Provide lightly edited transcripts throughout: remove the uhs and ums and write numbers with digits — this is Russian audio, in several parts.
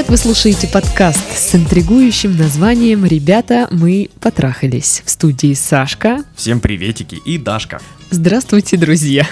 Вы слушаете подкаст с интригующим названием «Ребята, мы потрахались». В студии Сашка. Всем приветики и Дашка. Здравствуйте, друзья.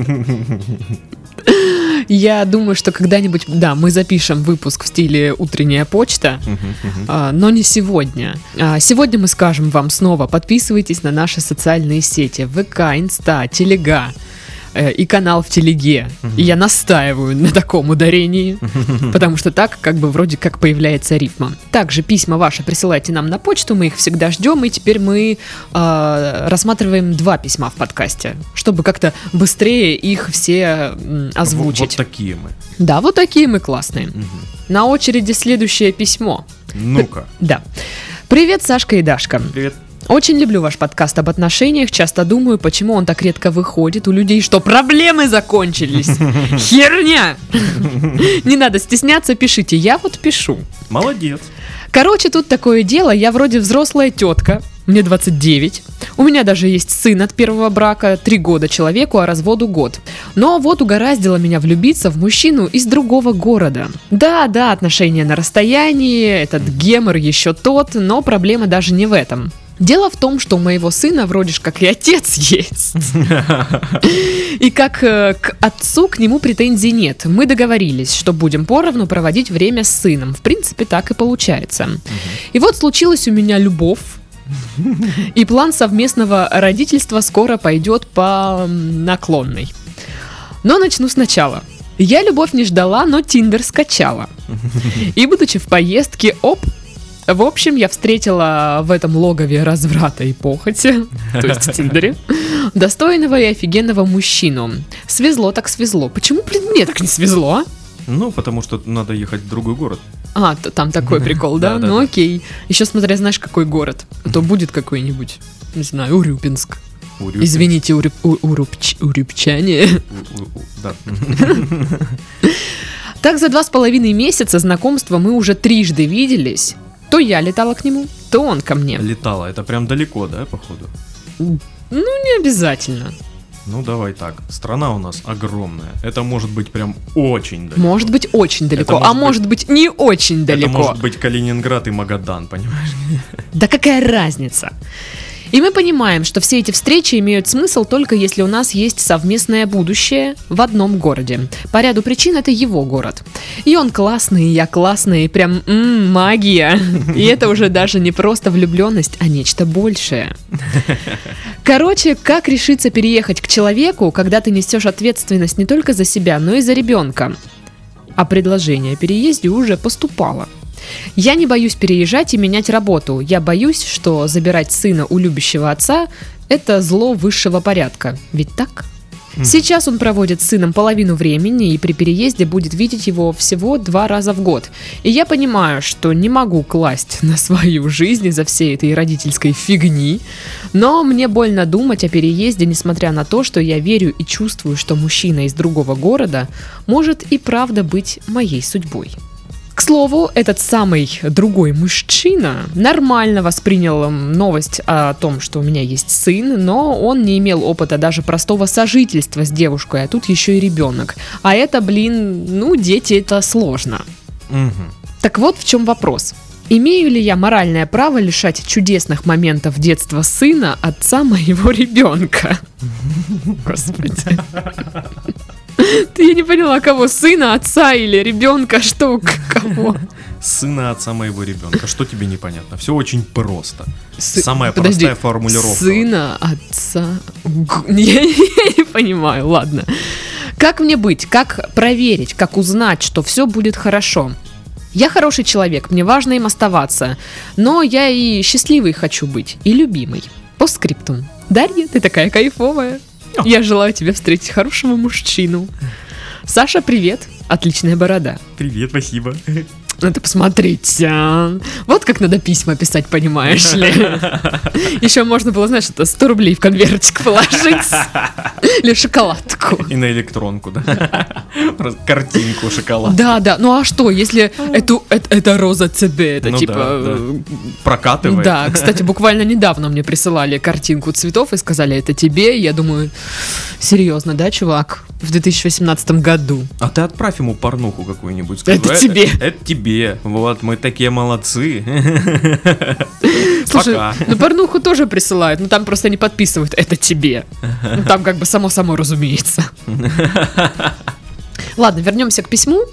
Я думаю, что когда-нибудь, мы запишем выпуск в стиле «Утренняя почта», но не сегодня. Сегодня мы скажем вам снова: подписывайтесь на наши социальные сети: ВК, Инста, Телега и канал в Телеге. И я настаиваю на таком ударении, потому что так вроде как появляется рифма. Также письма ваши присылайте нам на почту, мы их всегда ждем, и теперь мы рассматриваем 2 письма в подкасте, чтобы как-то быстрее их все озвучить. Вот такие мы. Да, вот такие мы классные. На очереди следующее письмо. Ну-ка. Да. Привет, Сашка и Дашка. Привет. Очень люблю ваш подкаст об отношениях. Часто думаю, почему он так редко выходит. У людей что, проблемы закончились? Херня! Не надо стесняться, пишите. Я вот пишу. Молодец. Короче, тут такое дело. Я вроде взрослая тетка. Мне 29. У меня даже есть сын от первого брака. 3 года человеку, а разводу год. Но вот угораздило меня влюбиться в мужчину из другого города. Да, отношения на расстоянии. Этот гемор еще тот. Но проблема даже не в этом. Дело в том, что у моего сына вроде как и отец есть. И как к отцу к нему претензий нет. Мы договорились, что будем поровну проводить время с сыном. В принципе, так и получается. И вот случилась у меня любовь. И план совместного родительства скоро пойдет по наклонной. Но начну сначала. Я любовь не ждала, но Тиндер скачала. И будучи в поездке, в общем, я встретила в этом логове разврата и похоти, то есть в Тиндере, достойного и офигенного мужчину. Свезло так свезло. Почему, мне так не свезло, а? Ну, потому что надо ехать в другой город. Там такой прикол, да? Ну окей. Еще смотря, знаешь, какой город. А то будет какой-нибудь, не знаю, Урюпинск. Извините, урюпчане. Да. Так, за 2,5 месяца знакомства мы уже 3 виделись. То я летала к нему, то он ко мне. Летала, это прям далеко, да, походу? Ну, не обязательно. Ну, давай так, страна у нас огромная. Это может быть прям очень далеко. Может быть очень далеко, может быть не очень далеко. Это может быть Калининград и Магадан, понимаешь? Да какая разница? И мы понимаем, что все эти встречи имеют смысл только если у нас есть совместное будущее в одном городе. По ряду причин это его город. И он классный, и я классная, и прям магия. И это уже даже не просто влюбленность, а нечто большее. Короче, как решиться переехать к человеку, когда ты несешь ответственность не только за себя, но и за ребенка? А предложение о переезде уже поступало. Я не боюсь переезжать и менять работу. Я боюсь, что забирать сына у любящего отца – это зло высшего порядка. Ведь так? Сейчас он проводит с сыном половину времени и при переезде будет видеть его всего 2 раза в год. И я понимаю, что не могу класть на свою жизнь из-за всей этой родительской фигни, но мне больно думать о переезде, несмотря на то, что я верю и чувствую, что мужчина из другого города может и правда быть моей судьбой. К слову, этот самый другой мужчина нормально воспринял новость о том, что у меня есть сын, но он не имел опыта даже простого сожительства с девушкой, а тут еще и ребенок. А это, дети, это сложно. Так вот в чем вопрос. Имею ли я моральное право лишать чудесных моментов детства сына отца моего ребенка? Господи. Я не поняла, кого? Сына, отца или ребенка? Что, кого? Сына, отца моего ребенка. Что тебе непонятно? Все очень просто. Самая Подожди, простая формулировка. Сына, отца... Я не понимаю, ладно. Как мне быть? Как проверить? Как узнать, что все будет хорошо? Я хороший человек, мне важно им оставаться. Но я и счастливой хочу быть, и любимой. По скриптум. Дарья, ты такая кайфовая. Я желаю тебе встретить хорошего мужчину. Саша, привет. Отличная борода. Привет, спасибо. Надо посмотреть. Вот как надо письма писать, понимаешь ли. Еще можно было, знаешь, 100 рублей в конвертик положить. Или шоколадку. И на электронку, да? Картинку шоколад. Да. Ну а что, если это роза ЦБ, это типа... Прокатывает. Да, кстати, буквально недавно мне присылали картинку цветов и сказали, это тебе. Я думаю, серьезно, да, чувак? в 2018 году. А ты отправь ему порнуху какую-нибудь. Это тебе. Это тебе. Вот, мы такие молодцы. Слушай, Пока. ну порнуху тоже присылают, но там просто не подписывают «это тебе». Ну, там как бы само разумеется. Ладно, вернемся к письму.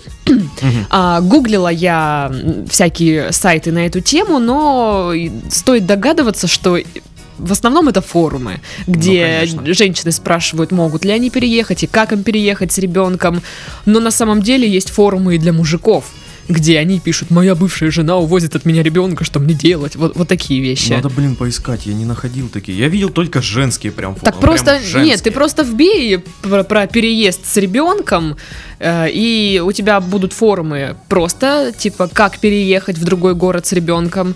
Гуглила я всякие сайты на эту тему, но стоит догадываться, что в основном это форумы, где женщины спрашивают, могут ли они переехать и как им переехать с ребенком. Но на самом деле есть форумы и для мужиков, где они пишут: моя бывшая жена увозит от меня ребенка, что мне делать? Вот такие вещи. Надо, поискать, я не находил такие. Я видел только женские прям форумы. Так просто, нет, ты просто вбей про переезд с ребенком, и у тебя будут форумы просто, типа, как переехать в другой город с ребенком,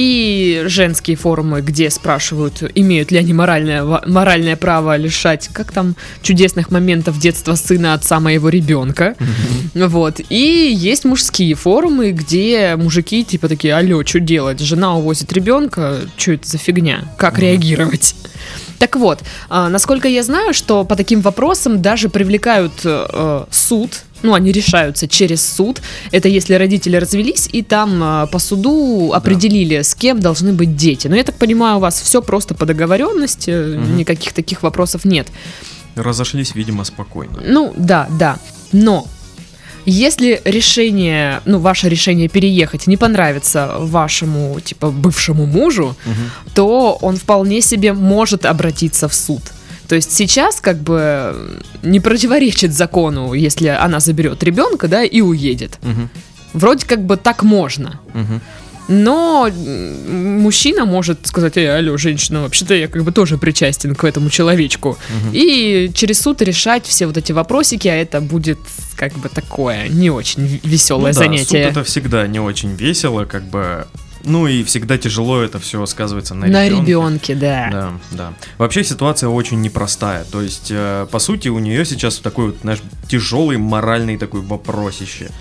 и женские форумы, где спрашивают, имеют ли они моральное право лишать, как там, чудесных моментов детства сына от самого ребенка. Вот. И есть мужские форумы, где мужики типа такие: алло, что делать? Жена увозит ребенка, что это за фигня? Как реагировать? Так вот, насколько я знаю, что по таким вопросам даже привлекают суд, ну, они решаются через суд. Это если родители развелись, и там по суду определили, с кем должны быть дети. Но я так понимаю, у вас все просто по договоренности, никаких таких вопросов нет. Разошлись, видимо, спокойно. Ну, да. Но если решение, ваше решение переехать не понравится вашему, типа, бывшему мужу, то он вполне себе может обратиться в суд. То есть сейчас как бы не противоречит закону, если она заберет ребенка, да, и уедет. Вроде как бы так можно. Но мужчина может сказать: алло, женщина, вообще-то я как бы тоже причастен к этому человечку. И через суд решать все вот эти вопросики, а это будет как бы такое не очень веселое занятие. Суд — это всегда не очень весело, как бы. Ну и всегда тяжело это все сказывается на ребенке. На ребенке, да. Да. Вообще ситуация очень непростая. То есть, по сути, у нее сейчас такой вот, знаешь, тяжелый моральный такой вопросище.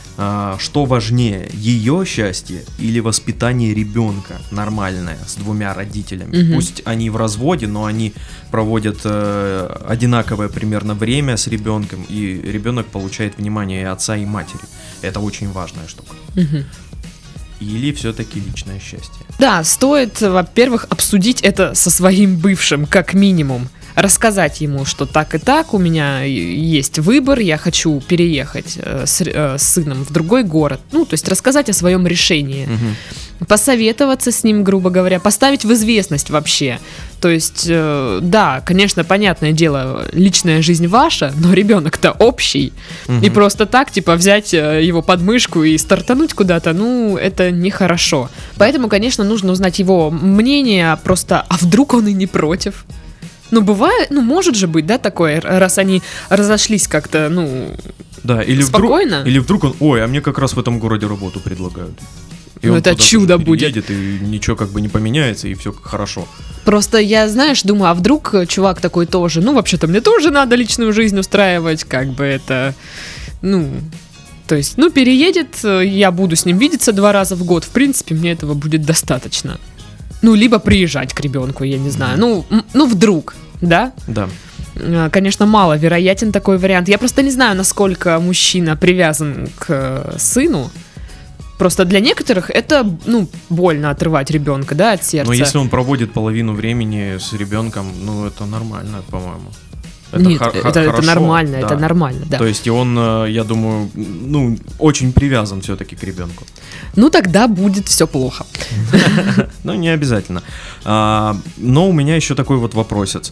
Что важнее, ее счастье или воспитание ребенка нормальное с двумя родителями? Пусть они в разводе, но они проводят одинаковое примерно время с ребенком, и ребенок получает внимание и отца, и матери. Это очень важная штука. Или все-таки личное счастье? Да, стоит, во-первых, обсудить это со своим бывшим, как минимум. Рассказать ему, что так и так, у меня есть выбор, я хочу переехать с сыном в другой город. Ну, то есть рассказать о своем решении. Посоветоваться с ним, грубо говоря, поставить в известность вообще. То есть, да, конечно, понятное дело, личная жизнь ваша, но ребенок-то общий. И просто так, типа, взять его под мышку и стартануть куда-то, это нехорошо. Поэтому, конечно, нужно узнать его мнение, просто, а вдруг он и не против? Бывает, может же быть, да, такое, раз они разошлись как-то, да, или спокойно. Вдруг он: ой, а мне как раз в этом городе работу предлагают. И он это чудо будет. И ничего как бы не поменяется, и все хорошо. Просто я, думаю, а вдруг чувак такой тоже, вообще-то мне тоже надо личную жизнь устраивать, как бы это, то есть, переедет, я буду с ним видеться 2 раза в год, в принципе, мне этого будет достаточно. Либо приезжать к ребенку, я не знаю. Вдруг, да? Да. Конечно, маловероятен такой вариант. Я просто не знаю, насколько мужчина привязан к сыну. Просто для некоторых это, больно отрывать ребенка, да, от сердца. Но если он проводит половину времени с ребенком, это нормально, по-моему. Нет, это нормально, да. Это нормально, да. То есть и он, я думаю, очень привязан все-таки к ребенку. Тогда будет все плохо. Не обязательно. Но у меня еще такой вот вопросец.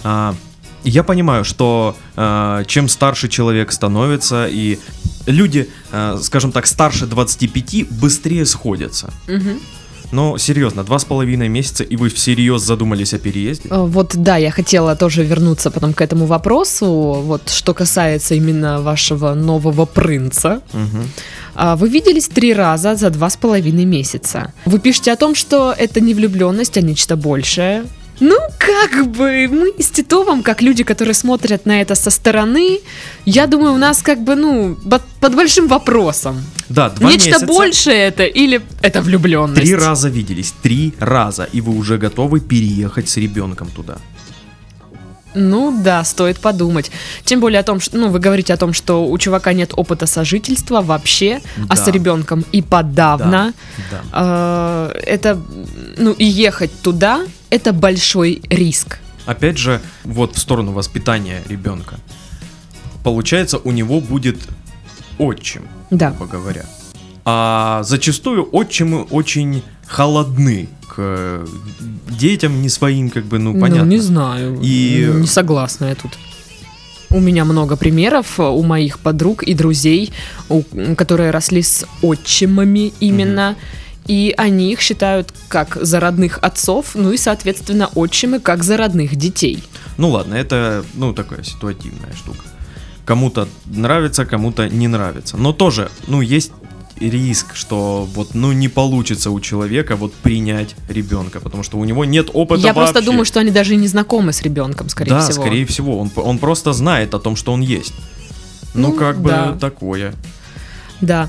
Я понимаю, что чем старше человек становится, и люди, скажем так, старше 25 быстрее сходятся. Но серьезно, 2,5 месяца, и вы всерьез задумались о переезде? Вот да, я хотела тоже вернуться потом к этому вопросу. Вот что касается именно вашего нового принца. Вы виделись 3 раза за 2,5 месяца. Вы пишете о том, что это не влюбленность, а нечто большее. Как бы мы с Титовым, как люди, которые смотрят на это со стороны, я думаю, у нас как бы, под большим вопросом. Да, 2 месяца. Нечто большее это или это влюбленность? 3 раза виделись, 3 раза, и вы уже готовы переехать с ребенком туда. Ну да, стоит подумать. Тем более о том, что, ну, вы говорите о том, что у чувака нет опыта сожительства вообще, а с Да. ребенком и подавно. Да. Это, ну, и ехать туда, это большой риск. Опять же, вот в сторону воспитания ребенка. Получается, у него будет отчим, Да. грубо говоря. А зачастую отчимы очень холодны к детям не своим, как бы, ну, понятно. Ну, не знаю. И- Не согласна я тут. У меня много примеров у моих подруг и друзей, которые росли с отчимами именно. И они их считают как за родных отцов, ну и, соответственно, отчимы как за родных детей. Ну ладно, это, ну, такая ситуативная штука. Кому-то нравится, кому-то не нравится. Но тоже, ну, есть риск, что вот, ну, не получится у человека вот принять ребенка, потому что у него нет опыта Я вообще. просто думаю, что они даже и не знакомы с ребенком, скорее да, всего. скорее всего. Он просто знает о том, что он есть. Ну, Ну, как бы да. такое. Да.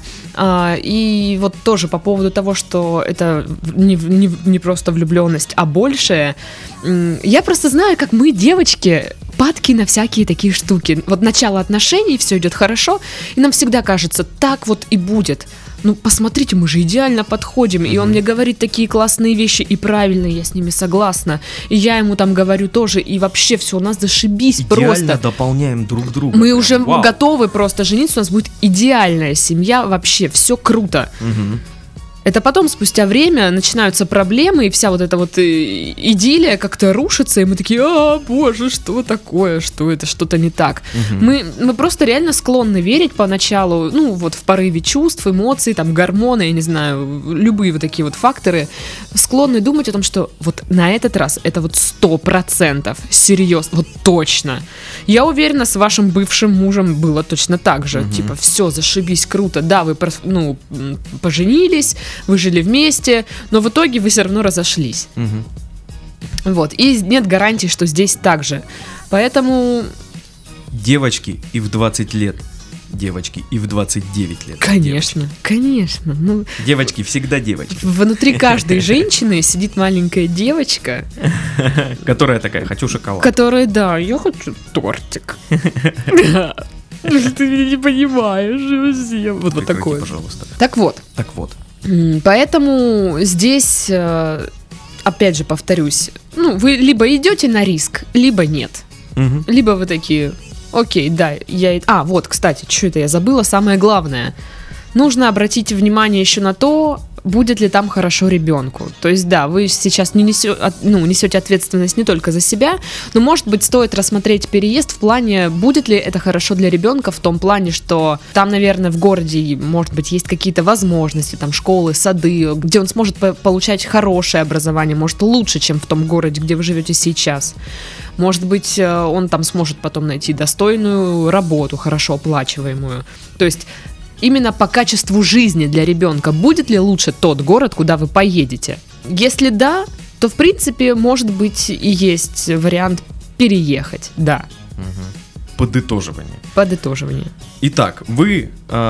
И вот тоже по поводу того, что это не просто влюбленность, а большее. Я просто знаю, как мы, девочки, падки на всякие такие штуки. Вот начало отношений, все идет хорошо, и нам всегда кажется, так вот и будет. Ну, посмотрите, мы же идеально подходим. И он мне говорит такие классные вещи, и правильно, я с ними согласна. И я ему там говорю тоже, и вообще все у нас зашибись Идеально просто. дополняем друг друга. Мы прям. уже Вау. готовы просто жениться, у нас будет идеальная семья, вообще все круто. Мгм. Это потом, спустя время, начинаются проблемы, и вся вот эта вот идиллия как-то рушится, и мы такие, боже, что такое, что это, что-то не так. Мгм. Мы просто реально склонны верить поначалу, ну, вот в порыве чувств, эмоций, там, гормоны, я не знаю, любые вот такие вот факторы, склонны думать о том, что вот на этот раз это вот 100%, серьезно, вот точно. Я уверена, с вашим бывшим мужем было точно так же, типа, все, зашибись, круто, да, вы, поженились, вы жили вместе, но в итоге вы все равно разошлись. Мгм. Вот, и нет гарантии, что здесь так же. Поэтому, Девочки и в 20 лет. Девочки и в 29 лет. конечно, конечно, ну, Девочки всегда девочки. внутри каждой женщины сидит маленькая девочка, Которая такая, хочу шоколад. которая, да, я хочу тортик. Ты меня не понимаешь, совсем. Вот Прикройте, такое. пожалуйста. Так вот, Так вот. поэтому здесь, опять же, повторюсь, ну, вы либо идете на риск, либо нет. Мгм. Либо вы такие, окей, да, вот, кстати, что это я забыла, самое главное. Нужно обратить внимание еще на то, будет ли там хорошо ребенку. То есть, да, вы сейчас несете ответственность не только за себя, но, может быть, стоит рассмотреть переезд в плане, будет ли это хорошо для ребенка, в том плане, что там, наверное, в городе, может быть, есть какие-то возможности, там, школы, сады, где он сможет получать хорошее образование, может, лучше, чем в том городе, где вы живете сейчас. Может быть, он там сможет потом найти достойную работу, хорошо оплачиваемую. То есть именно по качеству жизни для ребенка будет ли лучше тот город, куда вы поедете? Если да, то в принципе, может быть, и есть вариант переехать. Да, Подытоживание. подытоживание. Итак, вы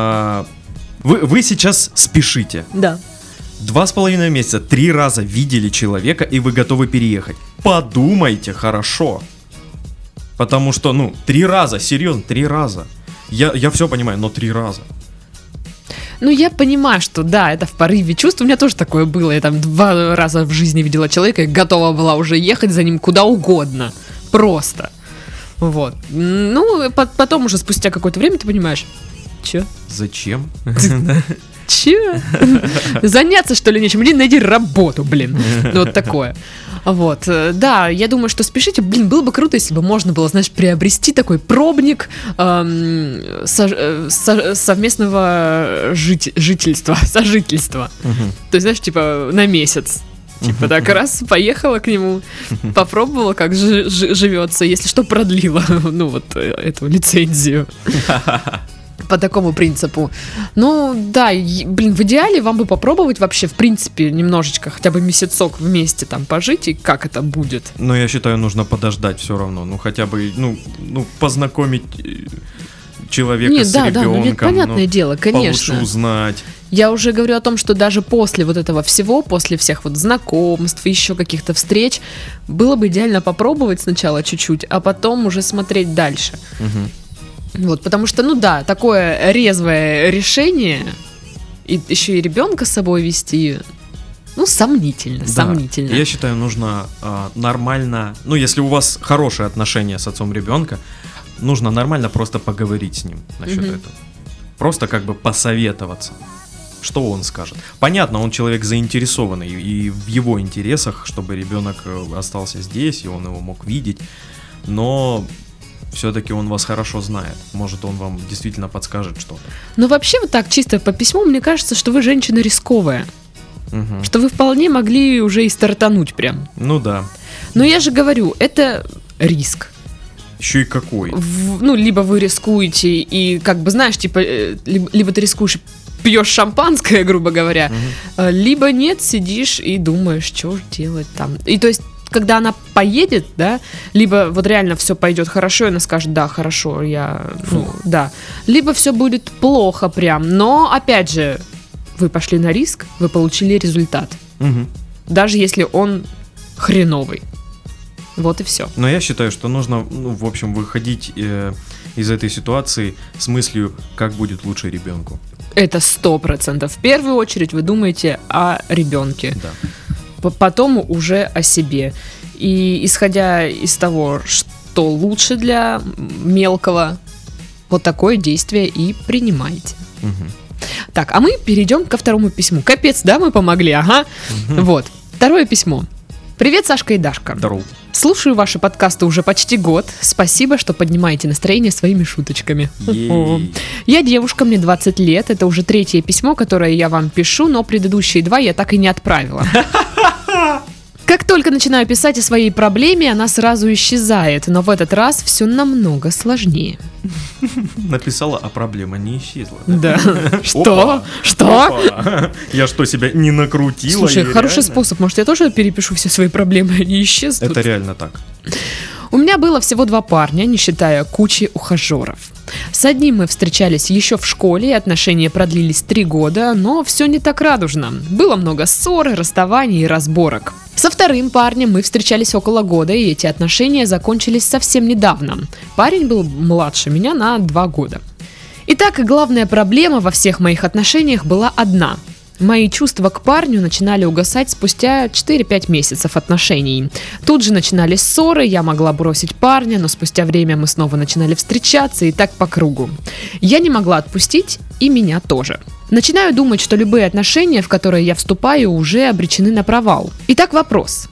сейчас спешите. Да. 2,5 месяца, 3 раза видели человека, и вы готовы переехать. Подумайте хорошо. Потому что, 3 раза, серьезно, 3 раза. Я все понимаю, но 3 раза. Ну, я понимаю, что да, это в порыве чувств. У меня тоже такое было. Я там 2 раза в жизни видела человека и готова была уже ехать за ним куда угодно. Просто. Вот. Ну, потом уже спустя какое-то время ты понимаешь, че? Зачем? Че? Заняться, что ли, нечем? Иди найди работу, блин. Ну, вот такое. Вот. Да, я думаю, что спешите. Блин, было бы круто, если бы можно было, знаешь, приобрести такой пробник совместного сожительства. То есть, знаешь, типа на месяц. Типа так раз поехала к нему, попробовала, как живется, если что, продлила, эту лицензию. По такому принципу. Ну, да, блин, в идеале вам бы попробовать вообще, в принципе, немножечко, хотя бы месяцок вместе там пожить, и как это будет. Но я считаю, нужно подождать все равно. Хотя бы, познакомить человека Нет, с да, ребенком. ну ведь понятное дело, конечно. Получше узнать. Я уже говорю о том, что даже после вот этого всего, после всех вот знакомств, еще каких-то встреч, было бы идеально попробовать сначала чуть-чуть, а потом уже смотреть дальше. Вот, потому что, ну да, такое резвое решение, и еще и ребенка с собой вести, ну, сомнительно, Да. сомнительно. Я считаю, нужно нормально, ну, если у вас хорошие отношения с отцом ребенка, нужно нормально просто поговорить с ним насчет Мгм. этого. Просто как бы посоветоваться. Что он скажет? Понятно, он человек заинтересованный, и в его интересах, чтобы ребенок остался здесь, и он его мог видеть, но все-таки он вас хорошо знает. Может, он вам действительно подскажет что-то. Ну, вообще, вот так, чисто по письму, мне кажется, что вы женщина рисковая, Мгм. что вы вполне могли уже и стартануть прям. Ну да. Но я же говорю, это риск. Еще и какой. Ну, либо вы рискуете и, как бы, знаешь, типа, либо ты рискуешь и пьешь шампанское, грубо говоря, либо нет, сидишь и думаешь, что же делать там. И то есть, когда она поедет, да, либо вот реально все пойдет хорошо, и она скажет, да, хорошо, ну, да. Либо все будет плохо прям, но, опять же, вы пошли на риск, вы получили результат. Мгм. Даже если он хреновый. Вот и все. Но я считаю, что нужно, ну, в общем, выходить из этой ситуации с мыслью, как будет лучше ребенку. Это 100%. В первую очередь вы думаете о ребенке, Да. потом уже о себе. И исходя из того, что лучше для мелкого, вот такое действие и принимайте. Мгм. Так, а мы перейдем ко второму письму. Капец, да, мы помогли, ага. Вот, второе письмо. Привет, Сашка и Дашка. Здорово. Слушаю ваши подкасты уже почти год. Спасибо, что поднимаете настроение своими шуточками. Ей. Я девушка, мне 20 лет. Это уже третье письмо, которое я вам пишу, но предыдущие 2 я так и не отправила. Как только начинаю писать о своей проблеме, она сразу исчезает, но в этот раз все намного сложнее. Написала, а проблема не исчезла. Да. Что? Опа. Что? Опа. Я что, себя не накрутила? Слушай, И хороший реально? способ. Может, я тоже перепишу все свои проблемы, они исчезнут? Это реально так. У меня было всего 2 парня, не считая кучи ухажеров. С одним мы встречались еще в школе, и отношения продлились 3 года, но все не так радужно. Было много ссор, расставаний и разборок. Со вторым парнем мы встречались около года, и эти отношения закончились совсем недавно. Парень был младше меня на 2 года. Итак, главная проблема во всех моих отношениях была одна. Мои чувства к парню начинали угасать спустя 4-5 месяцев отношений. Тут же начинались ссоры, я могла бросить парня, но спустя время мы снова начинали встречаться и так по кругу. Я не могла отпустить, и меня тоже. Начинаю думать, что любые отношения, в которые я вступаю, уже обречены на провал. Итак, вопрос.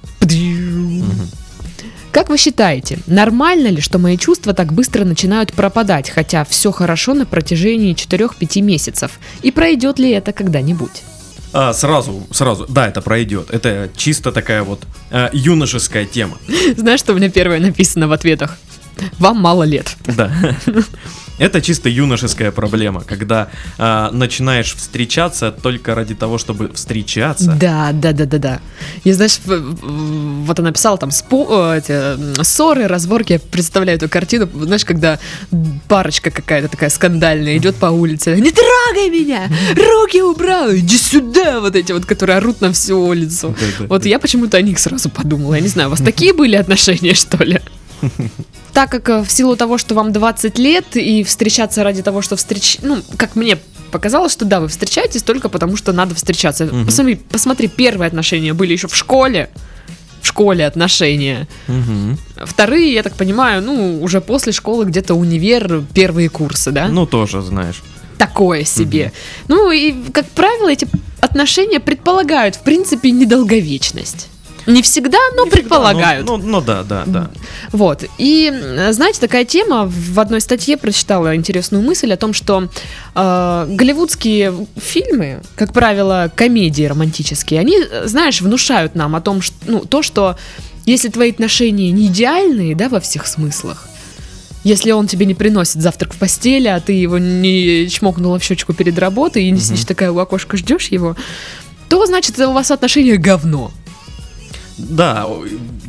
Как вы считаете, нормально ли, что мои чувства так быстро начинают пропадать, хотя все хорошо на протяжении 4-5 месяцев? И пройдет ли это когда-нибудь? Сразу, да, это пройдет. Это чисто такая вот юношеская тема. Знаешь, что у меня первое написано в ответах? Вам мало лет. Да. Это чисто юношеская проблема, когда начинаешь встречаться только ради того, чтобы встречаться. Да. Я, знаешь, вот она писала там ссоры, разборки. Я представляю эту картину, знаешь, когда парочка какая-то такая скандальная идет по улице. Не трогай меня! Руки убрал! Иди сюда! Вот эти вот, которые орут на всю улицу. Да. Вот я почему-то о них сразу подумала. Я не знаю, у вас такие были отношения, что ли? Так как в силу того, что вам 20 лет, и встречаться ради того, что ну, как мне показалось, что да, вы встречаетесь только потому, что надо встречаться. Посмотри, первые отношения были еще в школе отношения. Вторые, я так понимаю, ну, уже после школы, где-то универ, первые курсы, да? Ну, тоже, знаешь. Такое себе. Ну, и, как правило, эти отношения предполагают, в принципе, недолговечность. Не всегда, но предполагают. Ну да. Вот. И, знаете, такая тема, в одной статье прочитала интересную мысль о том, что голливудские фильмы, как правило, комедии романтические, они, знаешь, внушают нам о том, что, ну, то, что если твои отношения не идеальные, да, во всех смыслах, если он тебе не приносит завтрак в постели, а ты его не чмокнула в щечку перед работой и не сидишь такая у окошка, ждешь его, то, значит, у вас отношения говно. Да,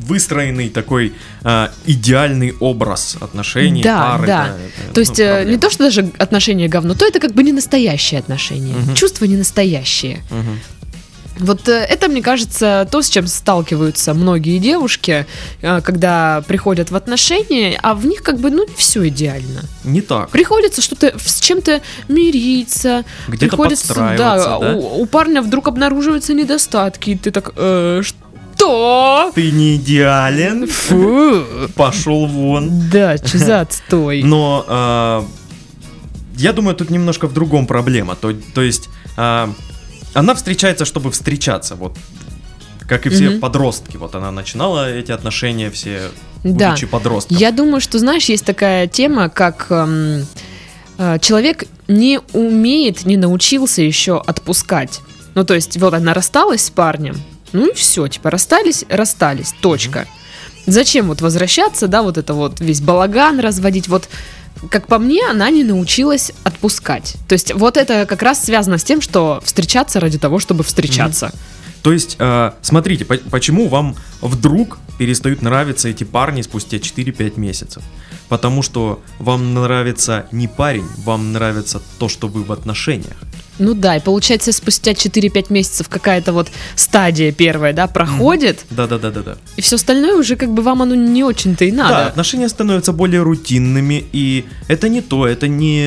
выстроенный такой идеальный образ отношений, пары. Да. То есть не то, что даже отношения говно, то это как бы не настоящие отношения. Чувства не настоящие. Вот это, мне кажется, то, с чем сталкиваются многие девушки, когда приходят в отношения, а в них как бы, все идеально. Не так. Приходится что-то с чем-то мириться. Где-то подстраиваться, да? У парня вдруг обнаруживаются недостатки, и ты так, что? Ты не идеален? Фу. Пошел вон. Да, че за отстой. Но я думаю, тут немножко в другом проблема. То есть... Она встречается, чтобы встречаться, вот как и все подростки. Вот она начинала эти отношения все, будучи подростком. Я думаю, что, знаешь, есть такая тема, как человек не умеет, не научился еще отпускать. Ну, то есть, вот она рассталась с парнем, ну и все, типа расстались, точка. Зачем вот возвращаться, да, вот это вот весь балаган разводить, вот... Как по мне, она не научилась отпускать. То есть вот это как раз связано с тем, что встречаться ради того, чтобы встречаться. То есть, смотрите, почему вам вдруг перестают нравиться эти парни спустя 4-5 месяцев? Потому что вам нравится не парень, вам нравится то, что вы в отношениях. Ну да, и получается, спустя 4-5 месяцев какая-то вот стадия первая, да, проходит. Да. И все остальное уже как бы вам оно не очень-то и надо. Да, отношения становятся более рутинными, и это не то, это не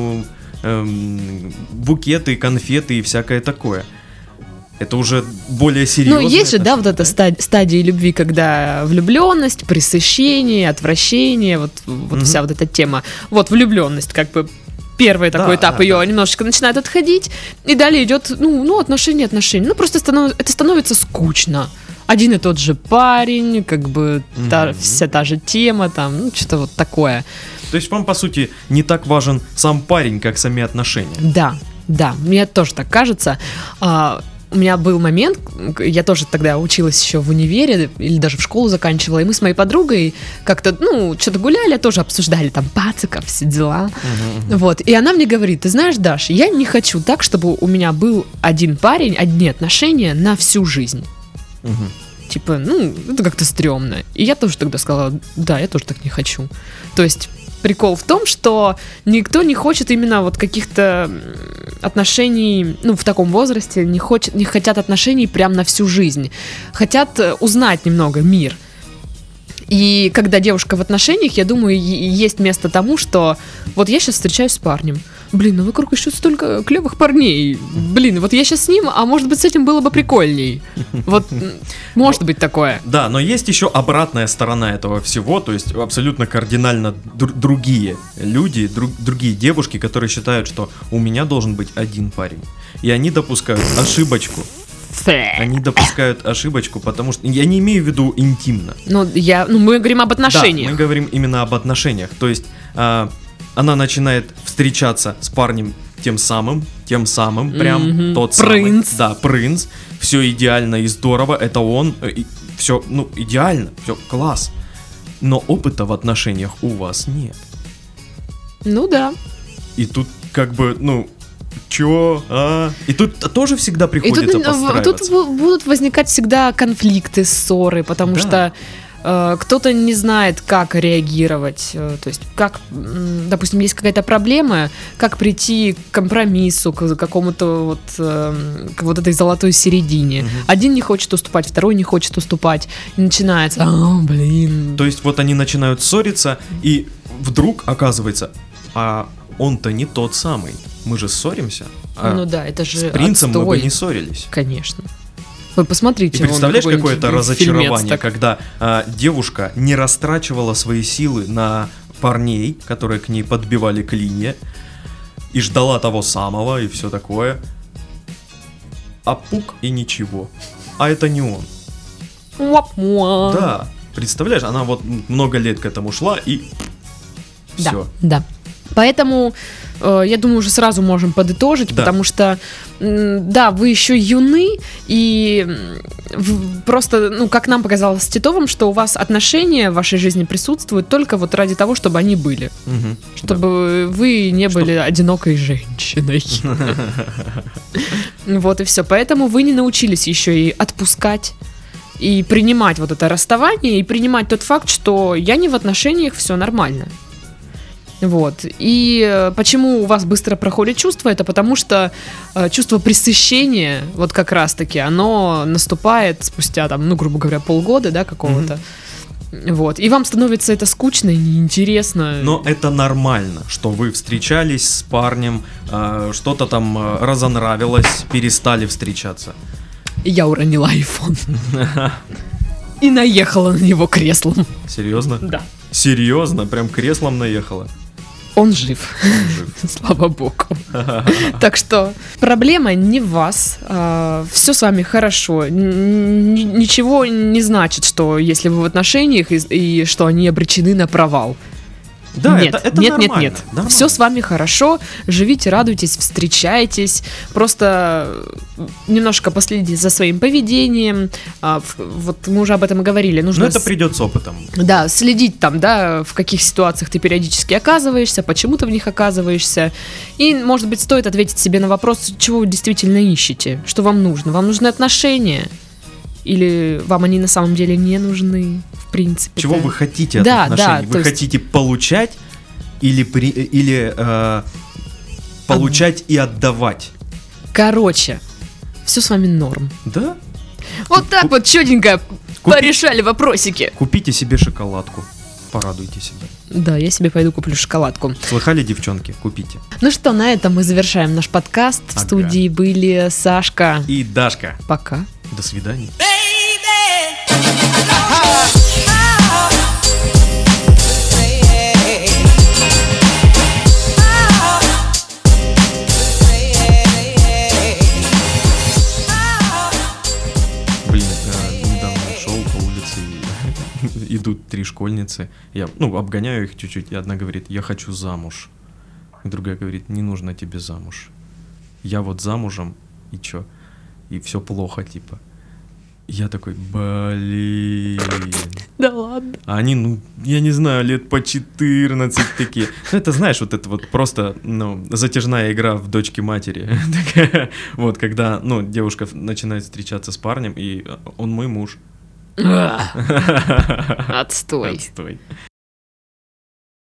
букеты, конфеты и всякое такое. Это уже более серьезно. Ну, есть же, да, вот эта стадия любви, когда влюбленность, пресыщение, отвращение, вот вся вот эта тема. Вот влюбленность, как бы первый такой этап ее немножечко начинает отходить, и далее идет, отношения. Ну, просто это становится скучно. Один и тот же парень, как бы вся та же тема, там, что-то вот такое. То есть вам, по сути, не так важен сам парень, как сами отношения. Да, мне тоже так кажется. У меня был момент, я тоже тогда училась еще в универе, или даже в школу заканчивала, и мы с моей подругой как-то, что-то гуляли, тоже обсуждали там пациков, все дела. Вот, и она мне говорит: ты знаешь, Даш, я не хочу так, чтобы у меня был один парень, одни отношения на всю жизнь. Типа, это как-то стрёмно. И я тоже тогда сказала: да, я тоже так не хочу. То есть прикол в том, что никто не хочет именно вот каких-то отношений, в таком возрасте, не хотят отношений прям на всю жизнь. Хотят узнать немного мир. И когда девушка в отношениях, я думаю, есть место тому, что вот я сейчас встречаюсь с парнем. Блин, вокруг еще столько клевых парней. Блин, вот я сейчас с ним, а может быть с этим было бы прикольней. Вот, может быть такое. Да, но есть еще обратная сторона этого всего, то есть абсолютно кардинально другие люди, другие девушки, которые считают, что у меня должен быть один парень. И они допускают ошибочку. Потому что я не имею в виду интимно. Мы говорим об отношениях. Да, мы говорим именно об отношениях. То есть она начинает встречаться с парнем тем самым, прям тот принц. Самый. Да, принц. Все идеально и здорово, это он. Все, идеально, все, класс. Но опыта в отношениях у вас нет. Ну да. И тут как бы, чё? И тут тоже всегда приходится подстраиваться. Тут будут возникать всегда конфликты, ссоры, потому что кто-то не знает, как реагировать. То есть, как, допустим, есть какая-то проблема, как прийти к компромиссу, к какому-то к вот этой золотой середине. Один не хочет уступать, второй не хочет уступать. И начинается: блин. То есть вот они начинают ссориться, и вдруг оказывается: а он-то не тот самый. Мы же ссоримся. Это же с принцем отстой. Мы бы не ссорились. Конечно. Вы посмотрите. И представляешь, какое-то разочарование, когда девушка не растрачивала свои силы на парней, которые к ней подбивали клинья, и ждала того самого, и все такое. А пук и ничего. А это не он. Да, представляешь, она вот много лет к этому шла, и все. Да. Поэтому, я думаю, уже сразу можем подытожить, потому что, да, вы еще юны, и просто, как нам показалось с Титовым, что у вас отношения в вашей жизни присутствуют только вот ради того, чтобы они были. Чтобы вы не были одинокой женщиной. Вот и все. Поэтому вы не научились еще и отпускать, И принимать вот это расставание, и принимать тот факт, что я не в отношениях, все нормально. Вот. И почему у вас быстро проходит чувство, это потому что чувство пресыщения, вот как раз-таки, оно наступает спустя, там, ну, грубо говоря, полгода, да, какого-то. Вот. И вам становится это скучно и неинтересно. Но это нормально, что вы встречались с парнем, что-то там разонравилось, перестали встречаться. И я уронила айфон. И наехала на него креслом. Серьезно? Да. Серьезно? Прям креслом наехала? Он жив. Слава богу. Так что проблема не в вас. Все с вами хорошо. Ничего не значит, что если вы в отношениях и что они обречены на провал. Да, нет, это нет, нормально, нет, нет. нормально. Все с вами хорошо. Живите, радуйтесь, встречайтесь. Просто немножко последите за своим поведением. Вот мы уже об этом и говорили. Нужно Но это придет с опытом. Да, следить там, да, в каких ситуациях ты периодически оказываешься, почему ты в них оказываешься. И, может быть, стоит ответить себе на вопрос, чего вы действительно ищете, что вам нужно. Вам нужны отношения? Или вам они на самом деле не нужны, в принципе? Чего вы хотите от Да, отношений? да, Вы хотите получать или получать и отдавать? Короче, все с вами норм. Да? Вот так вот чётенько порешали вопросики. Купите себе шоколадку, порадуйте себя. Да, я себе пойду куплю шоколадку. Слыхали, девчонки? Купите. Ну что, на этом мы завершаем наш подкаст. В Ага. студии были Сашка. И Дашка. Пока. До свидания. Блин, недавно шел по улице, и идут 3 школьницы. Я, обгоняю их чуть-чуть, и одна говорит: я хочу замуж. И другая говорит: не нужно тебе замуж. Я вот замужем, и чё? И все плохо, типа. Я такой: блин. Да ладно. А они, я не знаю, лет по 14 такие. Ну, это, знаешь, вот это вот просто, затяжная игра в дочки матери. Такая, вот, когда, девушка начинает встречаться с парнем, и он мой муж. Отстой. Отстой.